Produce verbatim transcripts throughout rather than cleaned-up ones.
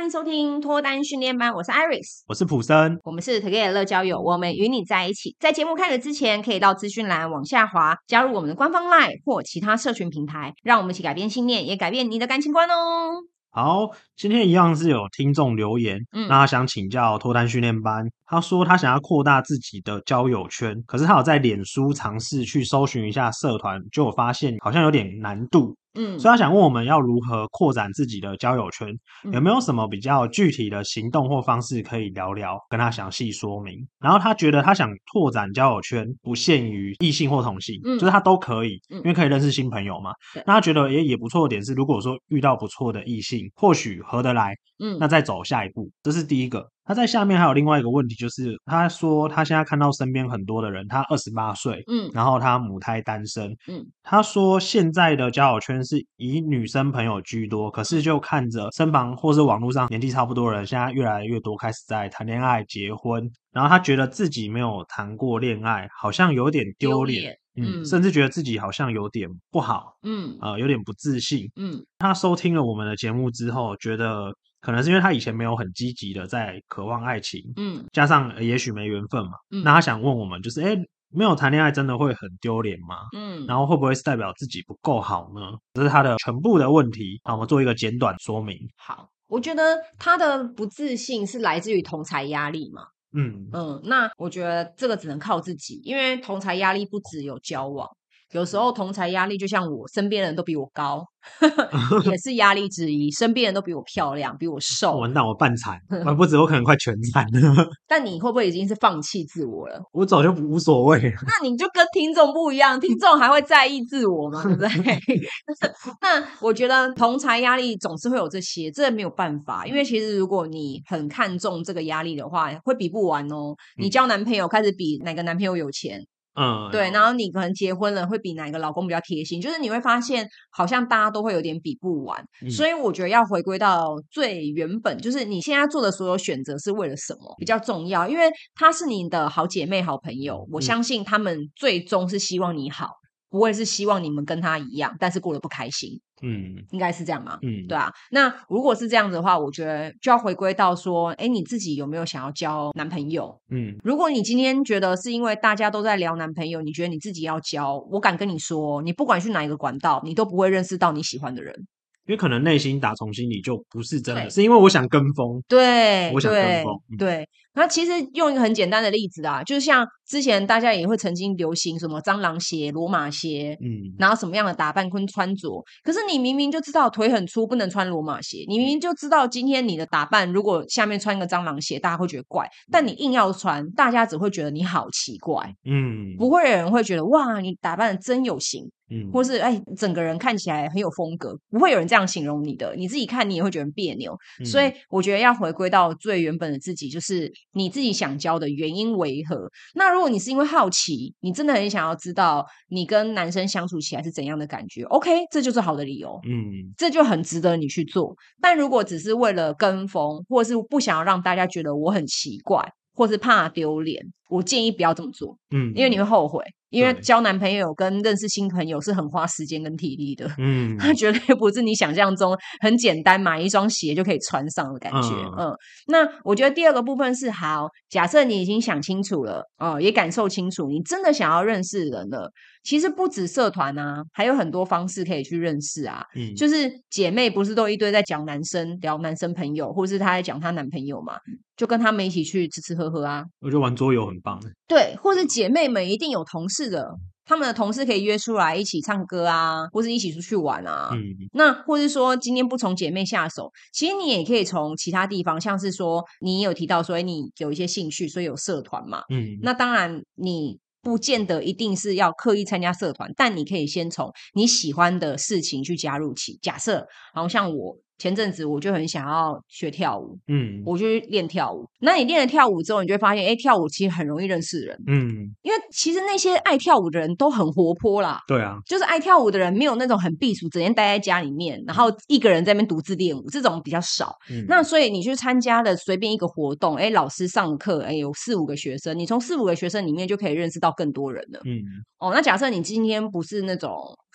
迎收听脱单训练班，我是 Iris， 我是普森， 我们是 Together 乐交友，我们与你在一起。在节目开始之前，可以到资讯栏往下滑，加入我们的官方 LINE 或其他社群平台，让我们一起改变信念，也改变你的感情观哦。 好，今天一样是有听众留言，嗯，那他想请教脱单训练班，他说他想要扩大自己的交友圈，可是他有在脸书尝试去搜寻一下社团，就有发现好像有点难度，嗯，所以他想问我们要如何扩展自己的交友圈，嗯，有没有什么比较具体的行动或方式可以聊聊，跟他详细说明。然后他觉得他想拓展交友圈不限于异性或同性，嗯，就是他都可以，嗯，因为可以认识新朋友嘛。那他觉得也也不错的点是，如果说遇到不错的异性，或许合得来，嗯，那再走下一步，这是第一个。他在下面还有另外一个问题，就是他说他现在看到身边很多的人，他二十八岁，嗯，然后他母胎单身，嗯，他说现在的交友圈是以女生朋友居多，可是就看着身旁或是网络上年纪差不多的人，现在越来越多开始在谈恋爱、结婚，然后他觉得自己没有谈过恋爱，好像有点丢脸。嗯，甚至觉得自己好像有点不好，嗯，呃，有点不自信，嗯，他收听了我们的节目之后，觉得可能是因为他以前没有很积极的在渴望爱情，嗯，加上、呃、也许没缘分嘛，嗯，那他想问我们，就是哎，没有谈恋爱真的会很丢脸吗？嗯，然后会不会是代表自己不够好呢？这是他的全部的问题，好，我们做一个简短说明。 好，我觉得他的不自信是来自于同侪压力嘛。嗯嗯，那我觉得这个只能靠自己，因为同侪压力不只有交往，有时候同侪压力就像我身边人都比我高也是压力之一，身边人都比我漂亮比我瘦， 完蛋我半残我不止我可能快全残了但你会不会已经是放弃自我了？ 我早就无所谓了。 那你就跟听众不一样，听众还会在意自我嘛，对不对？那我觉得同侪压力总是会有这些，这没有办法，因为其实如果你很看重这个压力的话，会比不完哦。你交男朋友开始比哪个男朋友有钱，嗯，对，然后你可能结婚了会比哪个老公比较贴心，就是你会发现好像大家都会有点比不完，嗯，所以我觉得要回归到最原本，就是你现在做的所有选择是为了什么比较重要，因为她是你的好姐妹好朋友，我相信他们最终是希望你好，不会是希望你们跟他一样但是过得不开心，嗯，应该是这样嘛，嗯，对啊。那如果是这样子的话，我觉得就要回归到说，哎，你自己有没有想要交男朋友？嗯，如果你今天觉得是因为大家都在聊男朋友，你觉得你自己要交，我敢跟你说，你不管去哪一个管道，你都不会认识到你喜欢的人。 因为可能内心打从心里就不是真的，是因为我想跟风， 对， 我想跟风， 对，对。那其实用一个很简单的例子啊，就是像之前大家也会曾经流行什么蟑螂鞋、罗马鞋，嗯，然后什么样的打扮跟穿着，可是你明明就知道腿很粗不能穿罗马鞋，你明明就知道今天你的打扮如果下面穿一个蟑螂鞋大家会觉得怪，但你硬要穿，大家只会觉得你好奇怪，嗯，不会有人会觉得哇你打扮的真有型，嗯，或是哎整个人看起来很有风格，不会有人这样形容你的，你自己看你也会觉得别扭，嗯，所以我觉得要回归到最原本的自己，就是你自己想交的原因为何。那如果你是因为好奇，你真的很想要知道你跟男生相处起来是怎样的感觉 OK 这就是好的理由，嗯，这就很值得你去做。但如果只是为了跟风，或是不想要让大家觉得我很奇怪，或是怕丢脸，我建议不要这么做，嗯，因为你会后悔，因为交男朋友跟认识新朋友是很花时间跟体力的，嗯，它绝对不是你想象中很简单买一双鞋就可以穿上的感觉，嗯，嗯，那我觉得第二个部分是好，假设你已经想清楚了，哦，也感受清楚，你真的想要认识人了，其实不止社团啊，还有很多方式可以去认识啊，嗯，就是姐妹不是都一堆在讲男生聊男生朋友，或是她在讲她男朋友嘛，就跟他们一起去吃吃喝喝啊， 我觉得玩桌游很棒， 对，或是姐妹们一定有同事的，他们的同事可以约出来一起唱歌啊，或是一起出去玩啊，嗯，那或是说今天不从姐妹下手，其实你也可以从其他地方，像是说你有提到说你有一些兴趣，所以有社团嘛，嗯，那当然你不见得一定是要刻意参加社团，但你可以先从你喜欢的事情去加入起。假设好像我前阵子我就很想要学跳舞，嗯，我就去练跳舞。那你练了跳舞之后，你就会发现，哎，跳舞其实很容易认识人，嗯，因为其实那些爱跳舞的人都很活泼啦， 对啊， 就是爱跳舞的人没有那种很避暑，整天待在家里面，然后一个人在那边独自练舞，这种比较少。嗯，那所以你去参加了随便一个活动，哎，老师上课，哎，有四五个学生，你从四五个学生里面就可以认识到更多人了。嗯，哦，那假设你今天不是那种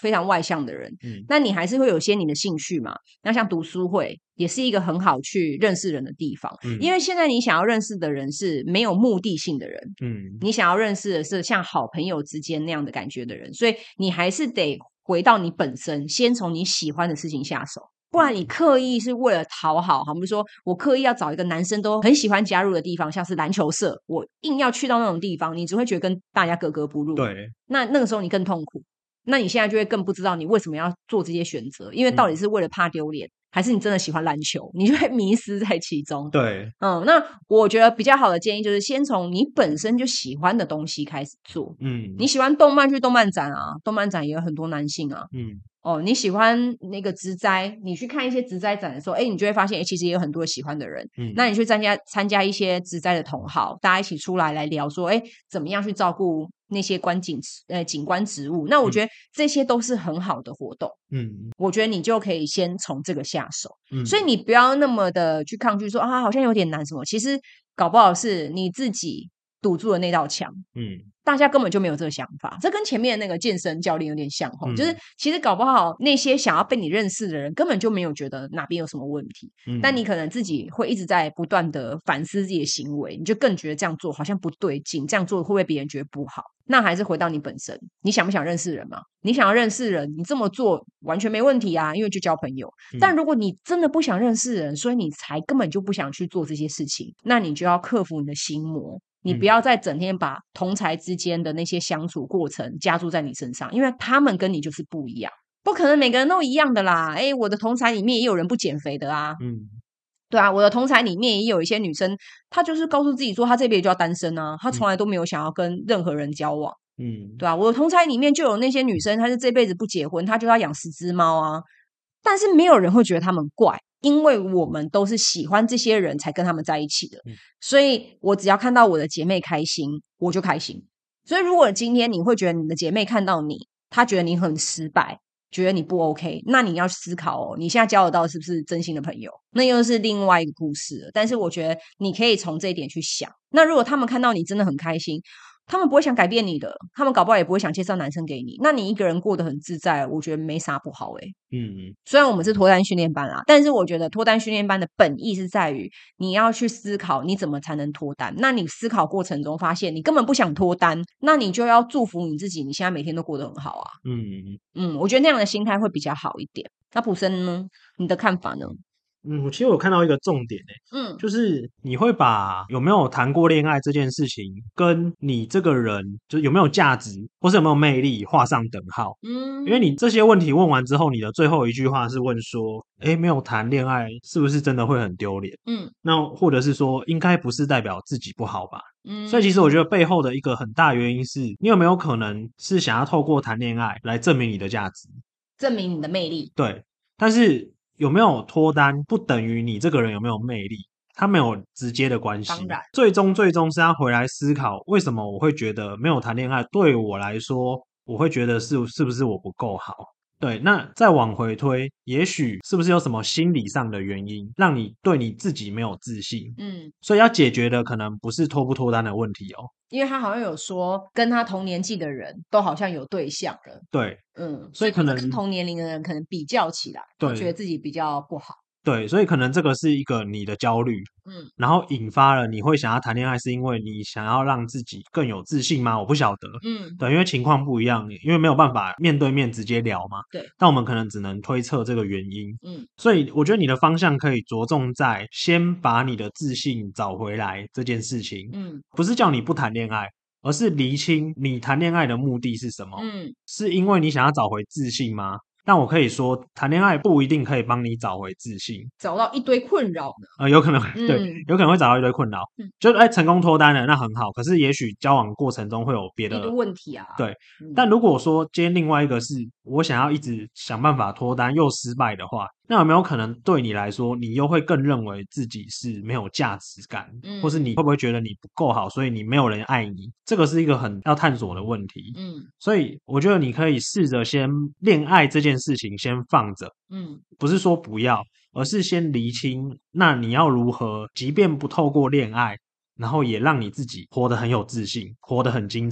非常外向的人，嗯，那你还是会有些你的兴趣嘛。那像读书会也是一个很好去认识人的地方，嗯，因为现在你想要认识的人是没有目的性的人，嗯，你想要认识的是像好朋友之间那样的感觉的人，所以你还是得回到你本身，先从你喜欢的事情下手。不然你刻意是为了讨好，好比说我刻意要找一个男生都很喜欢加入的地方，像是篮球社，我硬要去到那种地方，你只会觉得跟大家格格不入。 对， 那那个时候你更痛苦，那你现在就会更不知道你为什么要做这些选择，因为到底是为了怕丢脸，嗯，还是你真的喜欢篮球，你就会迷失在其中。 对， 嗯，那我觉得比较好的建议就是先从你本身就喜欢的东西开始做。嗯，你喜欢动漫去动漫展啊，动漫展也有很多男性啊。嗯。哦，你喜欢那个植栽，你去看一些植栽展的时候，哎，你就会发现，哎，其实也有很多喜欢的人。嗯，那你去参加参加一些植栽的同好，大家一起出来来聊，说，哎，怎么样去照顾那些观景呃景观植物？那我觉得这些都是很好的活动。嗯，我觉得你就可以先从这个下手。嗯，所以你不要那么的去抗拒说啊，好像有点难什么。其实搞不好是你自己堵住了那道墙。嗯。大家根本就没有这个想法，这跟前面的那个健身教练有点像吼、嗯、就是其实搞不好那些想要被你认识的人根本就没有觉得哪边有什么问题、嗯、但你可能自己会一直在不断的反思自己的行为，你就更觉得这样做好像不对劲，这样做会不会别人觉得不好？那还是回到你本身，你想不想认识人嘛？你想要认识人，你这么做完全没问题啊，因为就交朋友、嗯、但如果你真的不想认识人，所以你才根本就不想去做这些事情，那你就要克服你的心魔，你不要再整天把同侪之间的那些相处过程加注在你身上，因为他们跟你就是不一样，不可能每个人都一样的啦。诶，我的同侪里面也有人不减肥的啊，嗯，对啊，我的同侪里面也有一些女生，她就是告诉自己说她这辈子就要单身啊，她从来都没有想要跟任何人交往，嗯，对啊，我的同侪里面就有那些女生，她是这辈子不结婚，她就要养十只猫啊，但是没有人会觉得他们怪，因为我们都是喜欢这些人才跟他们在一起的、嗯、所以我只要看到我的姐妹开心我就开心。所以如果今天你会觉得你的姐妹看到你，她觉得你很失败，觉得你不 OK， 那你要思考哦，你现在交得到是不是真心的朋友，那又是另外一个故事了。但是我觉得你可以从这一点去想，那如果他们看到你真的很开心，他们不会想改变你的，他们搞不好也不会想介绍男生给你，那你一个人过得很自在，我觉得没啥不好欸。嗯，虽然我们是脱单训练班啦，但是我觉得脱单训练班的本意是在于你要去思考你怎么才能脱单，那你思考过程中发现你根本不想脱单，那你就要祝福你自己，你现在每天都过得很好啊。嗯嗯，我觉得那样的心态会比较好一点。那普森呢，你的看法呢？ 嗯，其实我看到一个重点欸，嗯，就是你会把有没有谈过恋爱这件事情跟你这个人就是有没有价值或是有没有魅力画上等号。嗯，因为你这些问题问完之后，你的最后一句话是问说，诶，没有谈恋爱是不是真的会很丢脸？嗯，那或者是说应该不是代表自己不好吧？嗯，所以其实我觉得背后的一个很大原因是你有没有可能是想要透过谈恋爱来证明你的价值， 证明你的魅力。 对，但是有没有脱单不等于你这个人有没有魅力，它没有直接的关系。 当然， 最终最终是要回来思考，为什么我会觉得没有谈恋爱对我来说，我会觉得是是不是我不够好？对，那再往回推，也许是不是有什么心理上的原因，让你对你自己没有自信？嗯，所以要解决的可能不是脱不脱单的问题哦。 因为他好像有说，跟他同年纪的人都好像有对象了。 对，嗯，所以可能跟同年龄的人可能比较起来，对，觉得自己比较不好。 对，所以可能这个是一个你的焦虑，嗯，然后引发了你会想要谈恋爱，是因为你想要让自己更有自信吗？我不晓得，嗯，对，因为情况不一样，因为没有办法面对面直接聊嘛， 对， 但我们可能只能推测这个原因，嗯，所以我觉得你的方向可以着重在先把你的自信找回来这件事情，嗯，不是叫你不谈恋爱，而是厘清你谈恋爱的目的是什么，嗯，是因为你想要找回自信吗？但我可以说，谈恋爱不一定可以帮你找回自信， 找到一堆困扰呢。 呃，有可能、嗯、对，有可能会找到一堆困扰。嗯，就哎，成功脱单了，那很好。可是也许交往过程中会有别的一堆问题啊。 对、嗯，但如果说今天另外一个是我想要一直想办法脱单又失败的话，那有没有可能对你来说，你又会更认为自己是没有价值感，嗯、或是你会不会觉得你不够好，所以你没有人爱你？这个是一个很要探索的问题。嗯，所以我觉得你可以试着先恋爱这件事情先放着，嗯，不是说不要，而是先厘清，那你要如何，即便不透过恋爱，然后也让你自己活得很有自信，活得很精彩。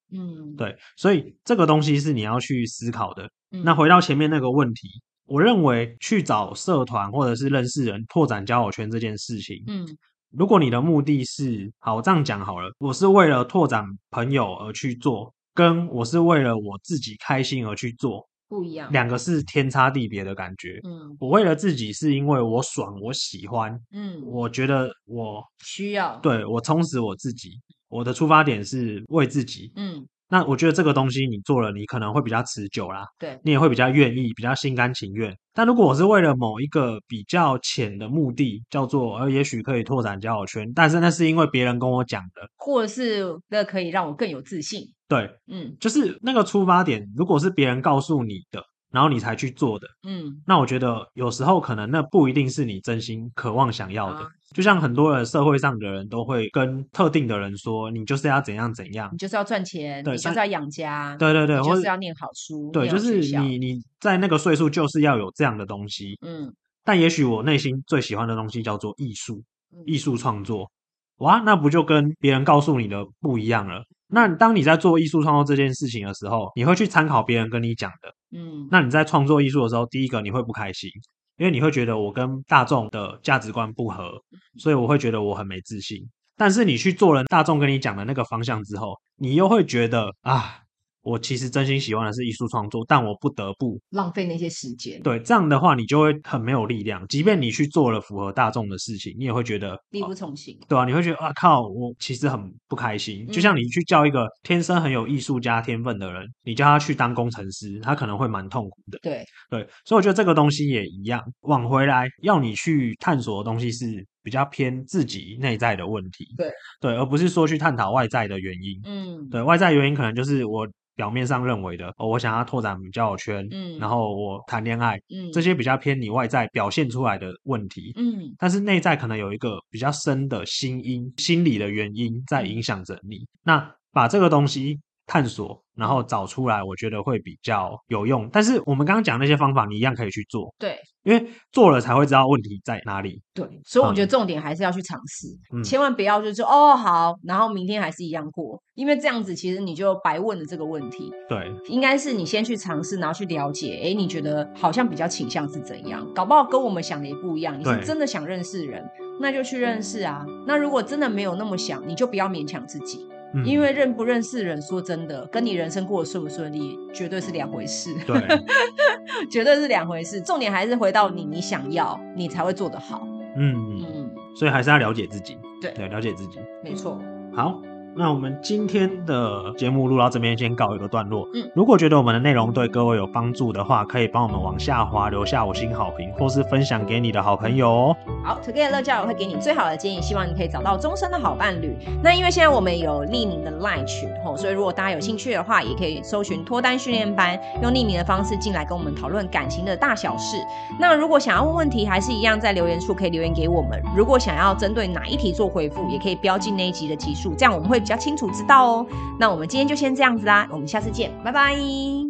嗯，对，所以这个东西是你要去思考的。嗯、那回到前面那个问题，我认为去找社团或者是认识人拓展交友圈这件事情，嗯，如果你的目的是，好，我这样讲好了，我是为了拓展朋友而去做，跟我是为了我自己开心而去做， 不一样， 两个是天差地别的感觉。嗯，我为了自己是因为我爽，我喜欢，嗯，我觉得我需要， 对，我充实我自己，我的出发点是为自己，嗯，那我觉得这个东西你做了，你可能会比较持久啦， 对， 你也会比较愿意，比较心甘情愿。但如果我是为了某一个比较浅的目的，叫做呃，也许可以拓展交友圈，但是那是因为别人跟我讲的， 或者是那可以让我更有自信。 对，嗯，就是那个出发点，如果是别人告诉你的，然后你才去做的，嗯，那我觉得有时候可能那不一定是你真心渴望想要的。啊、就像很多人社会上的人都会跟特定的人说，你就是要怎样怎样， 你就是要赚钱，你就是要养家， 对对对， 你就是要念好书， 对，就是你你在那个岁数就是要有这样的东西，嗯。但也许我内心最喜欢的东西叫做艺术，艺术创作，哇，那不就跟别人告诉你的不一样了？那当你在做艺术创作这件事情的时候，你会去参考别人跟你讲的，嗯，那你在创作艺术的时候，第一个你会不开心，因为你会觉得我跟大众的价值观不合，所以我会觉得我很没自信。但是你去做了大众跟你讲的那个方向之后，你又会觉得啊，我其实真心喜欢的是艺术创作，但我不得不浪费那些时间。 对，这样的话你就会很没有力量。即便你去做了符合大众的事情，你也会觉得力不从心。 哦、对啊，你会觉得啊靠，我其实很不开心。嗯、就像你去叫一个天生很有艺术家天分的人，你叫他去当工程师，他可能会蛮痛苦的。 对对，所以我觉得这个东西也一样。往回来，要你去探索的东西是比较偏自己内在的问题。 对对，而不是说去探讨外在的原因。嗯，对，外在原因可能就是我。表面上认为的，哦，我想要拓展交友圈，嗯，然后我谈恋爱，嗯，这些比较偏你外在表现出来的问题，嗯，但是内在可能有一个比较深的心因、心理的原因在影响着你。嗯、那把这个东西探索，然后找出来，我觉得会比较有用。但是我们刚刚讲那些方法，你一样可以去做， 对， 因为做了才会知道问题在哪里。 对，所以我觉得重点还是要去尝试，嗯、千万不要就是说哦好，然后明天还是一样过，因为这样子其实你就白问了这个问题。 对， 应该是你先去尝试，然后去了解，哎，你觉得好像比较倾向是怎样？搞不好跟我们想的也不一样。你是真的想认识人，那就去认识啊。那如果真的没有那么想，你就不要勉强自己。嗯、因为认不认识人，说真的，跟你人生过得顺不顺利，绝对是两回事。 对， 绝对是两回事。重点还是回到你，你想要，你才会做得好。 嗯嗯，所以还是要了解自己。 对对，了解自己， 没错。 好。那我们今天的节目录到这边先告一个段落。嗯，如果觉得我们的内容对各位有帮助的话，可以帮我们往下滑留下五星好评，或是分享给你的好朋友哦。 好 ，Together 乐交友会给你最好的建议，希望你可以找到终身的好伴侣。那因为现在我们有匿名的 LINE 群吼，所以如果大家有兴趣的话，也可以搜寻脱单训练班，用匿名的方式进来跟我们讨论感情的大小事。那如果想要问问题，还是一样在留言处可以留言给我们。如果想要针对哪一题做回复，也可以标记那一集的集数，这样我们会比较清楚知道哦。那我们今天就先这样子啦，我们下次见，拜拜。